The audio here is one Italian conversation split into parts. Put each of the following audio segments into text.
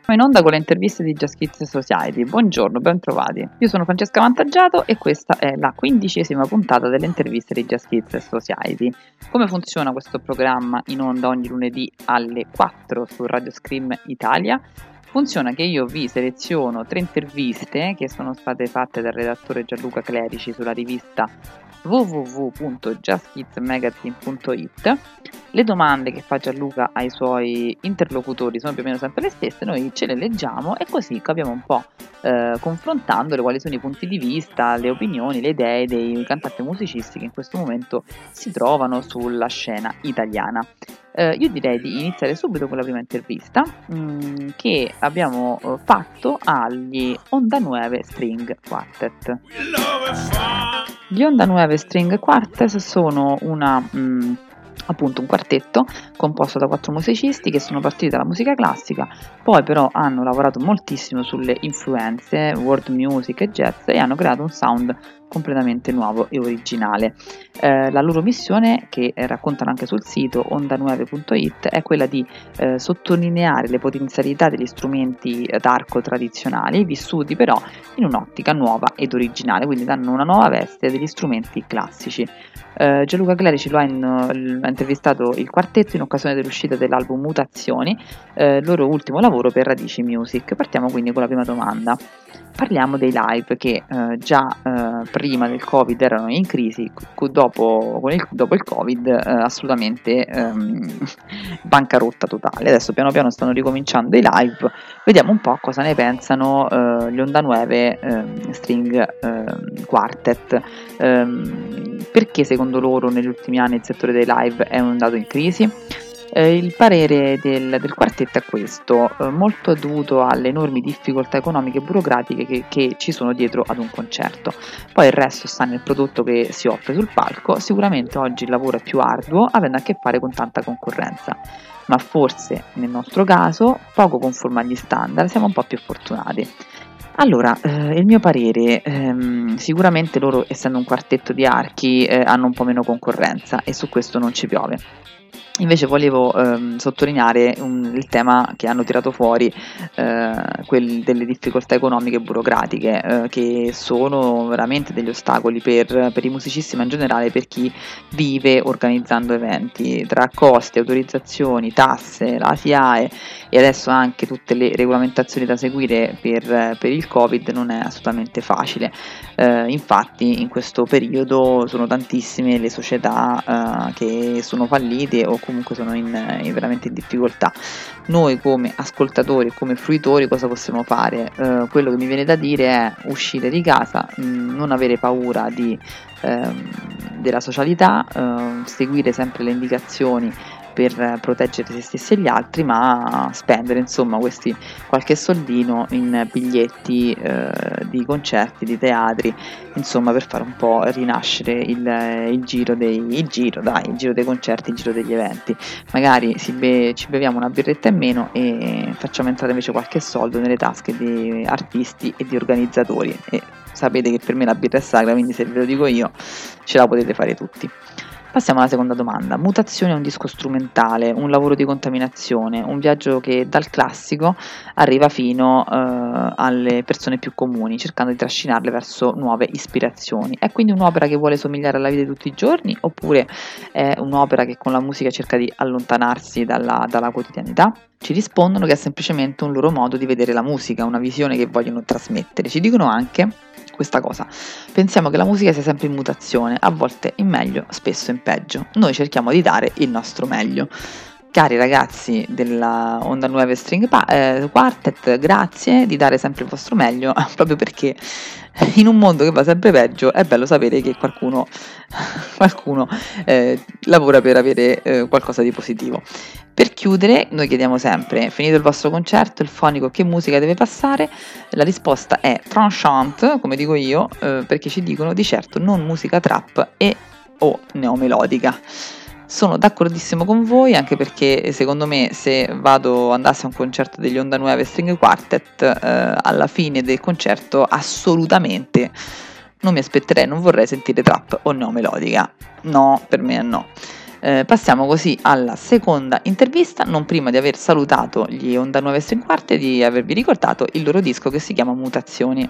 In onda con le interviste di Just Kids Society. Buongiorno, ben trovati. Io sono Francesca Vantaggiato e questa è la 15ª puntata delle interviste di Just Kids Society. Come funziona questo programma in onda ogni lunedì alle 4 su Radio Scream Italia? Funziona che io vi seleziono 3 interviste che sono state fatte dal redattore Gianluca Clerici sulla rivista www.justkidsmagazine.it. Le domande che fa Gianluca ai suoi interlocutori sono più o meno sempre le stesse, noi ce le leggiamo e così capiamo un po', confrontandole, quali sono i punti di vista, le opinioni, le idee dei cantanti e musicisti che in questo momento si trovano sulla scena italiana. Io direi di iniziare subito con la prima intervista che abbiamo fatto agli Onda Nueve String Quartet. Gli Onda Nueve String Quartet sono appunto un quartetto composto da 4 musicisti che sono partiti dalla musica classica, poi però hanno lavorato moltissimo sulle influenze world music e jazz e hanno creato un sound completamente nuovo e originale. La loro missione, che raccontano anche sul sito ondanueve.it, è quella di sottolineare le potenzialità degli strumenti d'arco tradizionali, vissuti però in un'ottica nuova ed originale, quindi danno una nuova veste degli strumenti classici. Gianluca Clerici ha intervistato il quartetto in occasione dell'uscita dell'album Mutazioni, loro ultimo lavoro per Radici Music. Partiamo quindi con la prima domanda. Parliamo dei live che già prima del Covid erano in crisi, dopo il Covid assolutamente bancarotta totale. Adesso piano piano stanno ricominciando i live, vediamo un po' cosa ne pensano gli Onda Nueve String Quartet. Perché secondo loro negli ultimi anni il settore dei live è andato in crisi? Il parere del quartetto è questo: molto è dovuto alle enormi difficoltà economiche e burocratiche che ci sono dietro ad un concerto. Poi il resto sta nel prodotto che si offre sul palco. Sicuramente oggi il lavoro è più arduo, avendo a che fare con tanta concorrenza, ma forse nel nostro caso poco conforme agli standard, siamo un po' più fortunati. Allora, il mio parere, sicuramente loro, essendo un quartetto di archi, hanno un po' meno concorrenza e su questo non ci piove. Invece volevo sottolineare il tema che hanno tirato fuori, delle difficoltà economiche e burocratiche, che sono veramente degli ostacoli per i musicisti, ma in generale per chi vive organizzando eventi, tra costi, autorizzazioni, tasse, la SIAE e adesso anche tutte le regolamentazioni da seguire per il Covid. Non è assolutamente facile. Infatti in questo periodo sono tantissime le società che sono fallite o comunque sono veramente in difficoltà. Noi come ascoltatori e come fruitori cosa possiamo fare? Quello che mi viene da dire è uscire di casa, non avere paura della socialità, seguire sempre le indicazioni per proteggere se stessi e gli altri, ma spendere insomma qualche soldino in biglietti di concerti, di teatri, insomma, per fare un po' rinascere il giro dei concerti, il giro degli eventi. Magari ci beviamo una birretta in meno e facciamo entrare invece qualche soldo nelle tasche di artisti e di organizzatori, e sapete che per me la birra è sacra, quindi se ve lo dico io ce la potete fare tutti. Passiamo alla seconda domanda. Mutazione è un disco strumentale, un lavoro di contaminazione, un viaggio che dal classico arriva fino alle persone più comuni, cercando di trascinarle verso nuove ispirazioni. È quindi un'opera che vuole somigliare alla vita di tutti i giorni, oppure è un'opera che con la musica cerca di allontanarsi dalla quotidianità? Ci rispondono che è semplicemente un loro modo di vedere la musica, una visione che vogliono trasmettere. Ci dicono anche questa cosa: pensiamo che la musica sia sempre in mutazione, a volte in meglio, spesso in peggio. Noi cerchiamo di dare il nostro meglio. Cari ragazzi della Onda Nueve String Quartet, grazie di dare sempre il vostro meglio, proprio perché in un mondo che va sempre peggio è bello sapere che qualcuno lavora per avere qualcosa di positivo. Per chiudere, noi chiediamo sempre: finito il vostro concerto, il fonico che musica deve passare? La risposta è tranchant, come dico io, perché ci dicono di certo non musica trap o neomelodica. Sono d'accordissimo con voi, anche perché secondo me se andassi a un concerto degli Onda Nueve String Quartet, alla fine del concerto assolutamente non mi aspetterei, non vorrei sentire trap o neomelodica. No, per me no. Passiamo così alla seconda intervista, non prima di aver salutato gli Onda Nuove String Quartet e di avervi ricordato il loro disco che si chiama Mutazioni.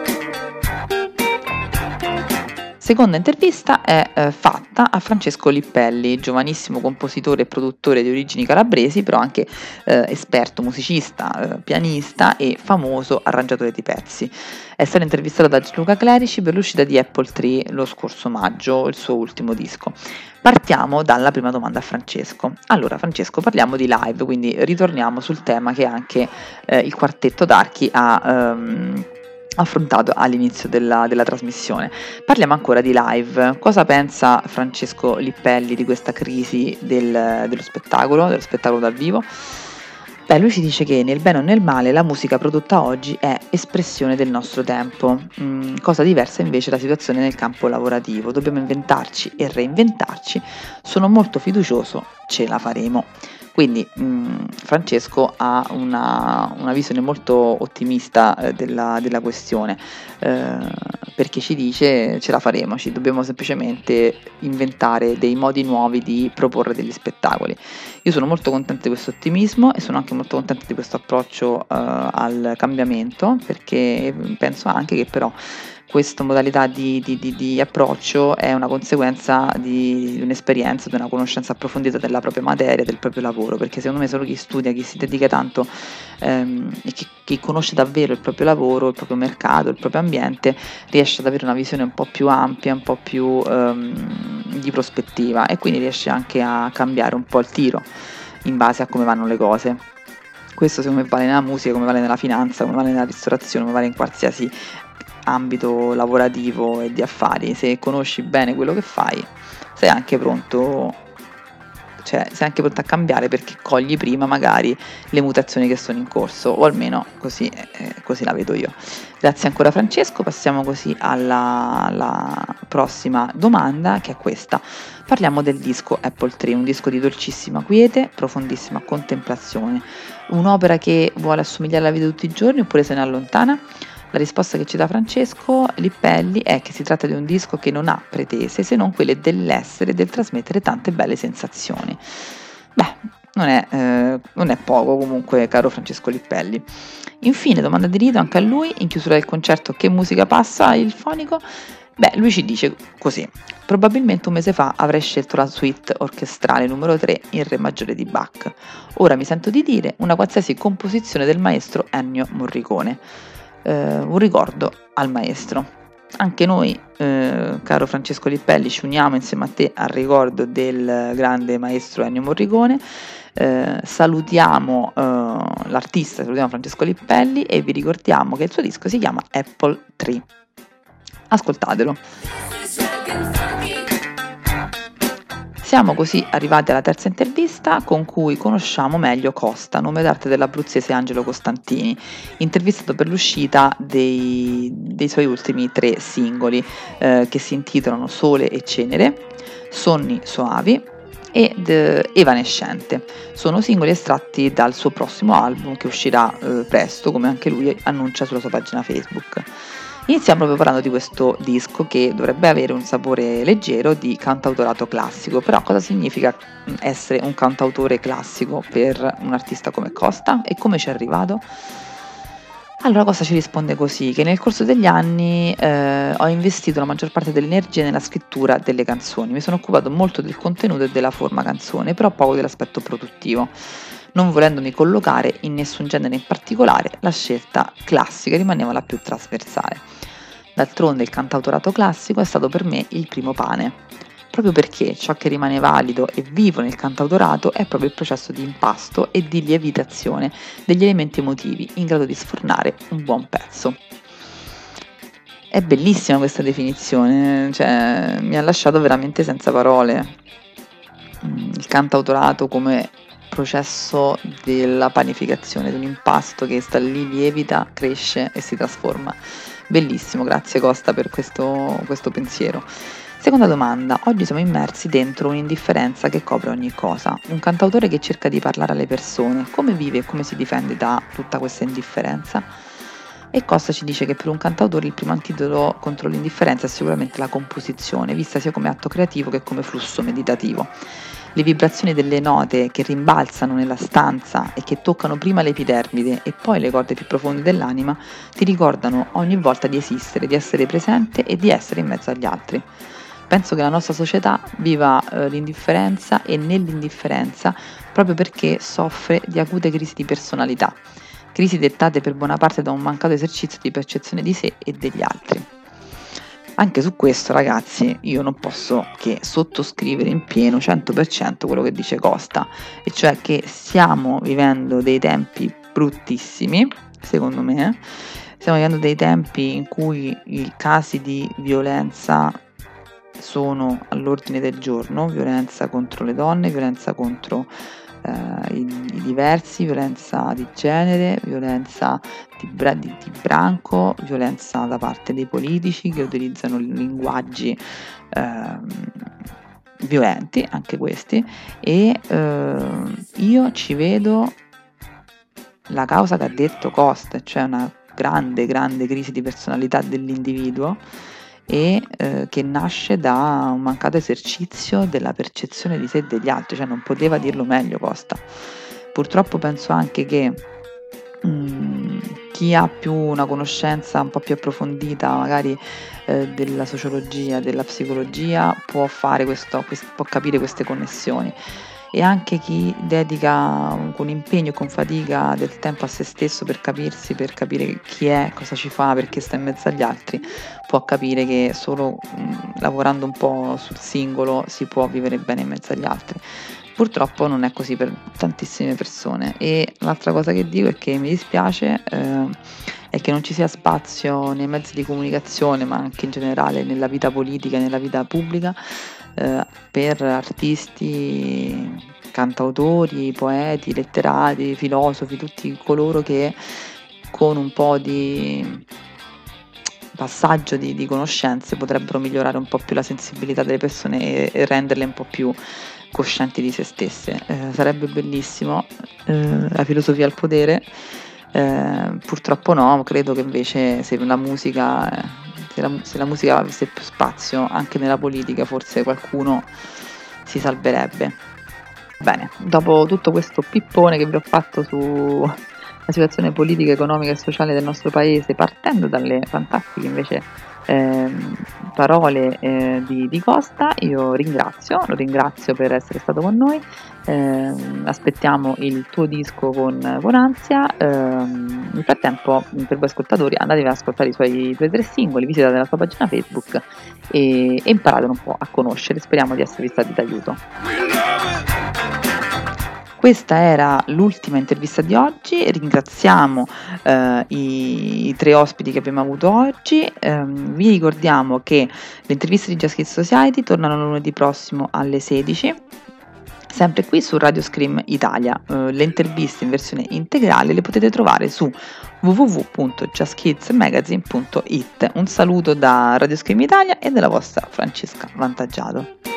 Seconda intervista è fatta a Francesco Lippelli, giovanissimo compositore e produttore di origini calabresi, però anche esperto musicista, pianista e famoso arrangiatore di pezzi. È stato intervistato da Gianluca Clerici per l'uscita di Apple Tree lo scorso maggio, il suo ultimo disco. Partiamo dalla prima domanda a Francesco. Allora Francesco, parliamo di live, quindi ritorniamo sul tema che anche il quartetto d'archi ha affrontato all'inizio della trasmissione. Parliamo ancora di live. Cosa pensa Francesco Lippelli di questa crisi dello spettacolo dal vivo? Beh, lui ci dice che nel bene o nel male la musica prodotta oggi è espressione del nostro tempo, cosa diversa invece la situazione nel campo lavorativo. Dobbiamo inventarci e reinventarci. Sono molto fiducioso, ce la faremo. Quindi Francesco ha una visione molto ottimista della questione, perché ci dice ce la faremo, ci dobbiamo semplicemente inventare dei modi nuovi di proporre degli spettacoli. Io sono molto contenta di questo ottimismo e sono anche molto contenta di questo approccio al cambiamento, perché penso anche che però questa modalità di approccio è una conseguenza di un'esperienza, di una conoscenza approfondita della propria materia, del proprio lavoro, perché secondo me solo chi studia, chi si dedica tanto e chi conosce davvero il proprio lavoro, il proprio mercato, il proprio ambiente, riesce ad avere una visione un po' più ampia, un po' più di prospettiva, e quindi riesce anche a cambiare un po' il tiro in base a come vanno le cose. Questo secondo me vale nella musica, come vale nella finanza, come vale nella ristorazione, come vale in qualsiasi ambito lavorativo e di affari. Se conosci bene quello che fai, sei anche pronto a cambiare, perché cogli prima magari le mutazioni che sono in corso, o almeno così la vedo io. Grazie ancora Francesco. Passiamo così alla prossima domanda, che è questa. Parliamo del disco Apple Tree, un disco di dolcissima quiete, profondissima contemplazione, un'opera che vuole assomigliare alla vita di tutti i giorni oppure se ne allontana? La risposta che ci dà Francesco Lippelli è che si tratta di un disco che non ha pretese se non quelle dell'essere e del trasmettere tante belle sensazioni. Beh, non è poco comunque, caro Francesco Lippelli. Infine, domanda di rito anche a lui, in chiusura del concerto: che musica passa il fonico? Beh, lui ci dice così: probabilmente un mese fa avrei scelto la suite orchestrale numero 3 in Re maggiore di Bach. Ora mi sento di dire una qualsiasi composizione del maestro Ennio Morricone. Un ricordo al maestro. Anche noi, caro Francesco Lippelli, ci uniamo insieme a te al ricordo del grande maestro Ennio Morricone. Salutiamo l'artista, salutiamo Francesco Lippelli e vi ricordiamo che il suo disco si chiama Apple Tree. Ascoltatelo. Siamo così arrivati alla terza intervista, con cui conosciamo meglio Costa, nome d'arte dell'abruzzese Angelo Costantini, intervistato per l'uscita dei suoi ultimi 3 singoli, che si intitolano Sole e Cenere, Sonni Soavi ed Evanescente. Sono singoli estratti dal suo prossimo album, che uscirà presto, come anche lui annuncia sulla sua pagina Facebook. Iniziamo proprio parlando di questo disco, che dovrebbe avere un sapore leggero di cantautorato classico. Però cosa significa essere un cantautore classico per un artista come Costa e come ci è arrivato? Allora Costa ci risponde così, che nel corso degli anni ho investito la maggior parte delle energie nella scrittura delle canzoni, mi sono occupato molto del contenuto e della forma canzone, però poco dell'aspetto produttivo. Non volendomi collocare in nessun genere in particolare, la scelta classica rimaneva la più trasversale. D'altronde il cantautorato classico è stato per me il primo pane, proprio perché ciò che rimane valido e vivo nel cantautorato è proprio il processo di impasto e di lievitazione degli elementi emotivi in grado di sfornare un buon pezzo. È bellissima questa definizione, cioè mi ha lasciato veramente senza parole. Il cantautorato come processo della panificazione, di un impasto che sta lì, lievita, cresce e si trasforma. Bellissimo, grazie Costa per questo pensiero. Seconda domanda: oggi siamo immersi dentro un'indifferenza che copre ogni cosa. Un cantautore che cerca di parlare alle persone, come vive e come si difende da tutta questa indifferenza? E Costa ci dice che per un cantautore il primo antidoto contro l'indifferenza è sicuramente la composizione, vista sia come atto creativo che come flusso meditativo. Le vibrazioni delle note che rimbalzano nella stanza e che toccano prima l'epidermide e poi le corde più profonde dell'anima ti ricordano ogni volta di esistere, di essere presente e di essere in mezzo agli altri. Penso che la nostra società viva l'indifferenza e nell'indifferenza proprio perché soffre di acute crisi di personalità, crisi dettate per buona parte da un mancato esercizio di percezione di sé e degli altri. Anche su questo, ragazzi, io non posso che sottoscrivere in pieno 100% quello che dice Costa, e cioè che stiamo vivendo dei tempi bruttissimi, secondo me. Stiamo vivendo dei tempi in cui i casi di violenza sono all'ordine del giorno, violenza contro le donne, violenza contro i diversi, violenza di genere, violenza di branco, violenza da parte dei politici che utilizzano linguaggi violenti, anche questi, e io ci vedo la causa che ha detto Costa, cioè una grande crisi di personalità dell'individuo e che nasce da un mancato esercizio della percezione di sé e degli altri, cioè non poteva dirlo meglio Costa. Purtroppo penso anche che chi ha più una conoscenza un po' più approfondita magari della sociologia, della psicologia può fare può capire queste connessioni, e anche chi dedica con impegno e con fatica del tempo a se stesso per capirsi, per capire chi è, cosa ci fa, perché sta in mezzo agli altri, può capire che solo lavorando un po' sul singolo si può vivere bene in mezzo agli altri. Purtroppo non è così per tantissime persone, e l'altra cosa che dico è che mi dispiace è che non ci sia spazio nei mezzi di comunicazione, ma anche in generale nella vita politica e nella vita pubblica, per artisti, cantautori, poeti, letterati, filosofi, tutti coloro che con un po' di passaggio di conoscenze potrebbero migliorare un po' più la sensibilità delle persone e renderle un po' più coscienti di se stesse. Sarebbe bellissimo, la filosofia al potere, purtroppo no, credo che invece se la musica avesse più spazio anche nella politica, forse qualcuno si salverebbe. Bene, dopo tutto questo pippone che vi ho fatto sulla situazione politica, economica e sociale del nostro paese, partendo dalle fantastiche invece parole di Costa, io lo ringrazio per essere stato con noi. Aspettiamo il tuo disco con ansia. Nel frattempo, per voi ascoltatori, andatevi ad ascoltare i suoi 2 o 3 singoli, visitate la sua pagina Facebook e imparate un po' a conoscere. Speriamo di esservi stati d'aiuto. Questa era l'ultima intervista di oggi. Ringraziamo i 3 ospiti che abbiamo avuto oggi. Vi ricordiamo che le interviste di Just Kids Society tornano lunedì prossimo alle 16, sempre qui su Radio Scream Italia. Le interviste in versione integrale le potete trovare su www.justkidsmagazine.it. Un saluto da Radio Scream Italia e dalla vostra Francesca Vantaggiato.